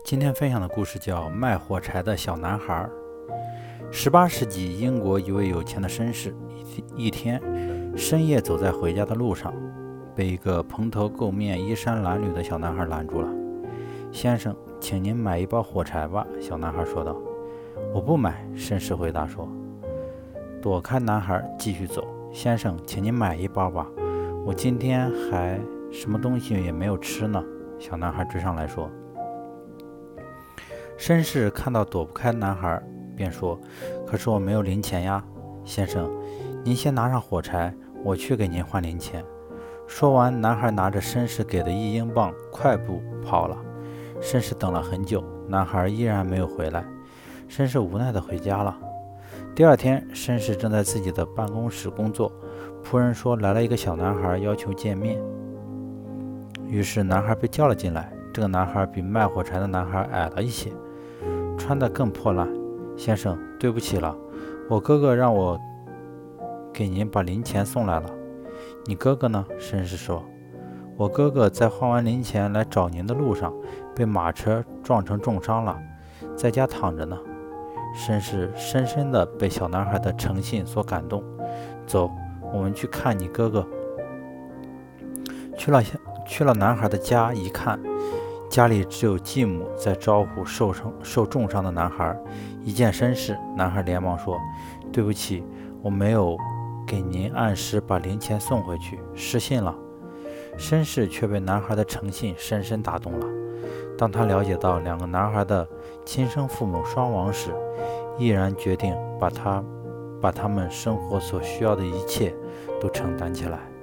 今天分享的故事叫卖火柴的小男孩。18世纪，英国一位有钱的绅士，一天深夜走在回家的路上，被一个蓬头垢面、衣衫褴褛的小男孩拦住了。先生，请您买一包火柴吧，小男孩说道。我不买，绅士回答说。躲开男孩，继续走。先生，请您买一包吧，我今天还什么东西也没有吃呢。小男孩追上来说。绅士看到躲不开男孩，便说：可是我没有零钱呀。先生，您先拿上火柴，我去给您换零钱。说完，男孩拿着绅士给的1英镑快步跑了。绅士等了很久，男孩依然没有回来。绅士无奈地回家了。第二天，绅士正在自己的办公室工作，仆人说来了一个小男孩，要求见面。于是男孩被叫了进来。这个男孩比卖火柴的男孩矮了一些，穿得更破烂。先生，对不起了，我哥哥让我给您把零钱送来了。你哥哥呢？绅士说。我哥哥在换完零钱来找您的路上，被马车撞成重伤了，在家躺着呢。绅士深深地被小男孩的诚信所感动。走，我们去看你哥哥。去了男孩的家，一看，家里只有继母在招呼受重伤的男孩。一见绅士，男孩连忙说：对不起，我没有给您按时把零钱送回去，失信了。绅士却被男孩的诚信深深打动了。当他了解到2个男孩的亲生父母双亡时，毅然决定把他们生活所需要的一切都承担起来。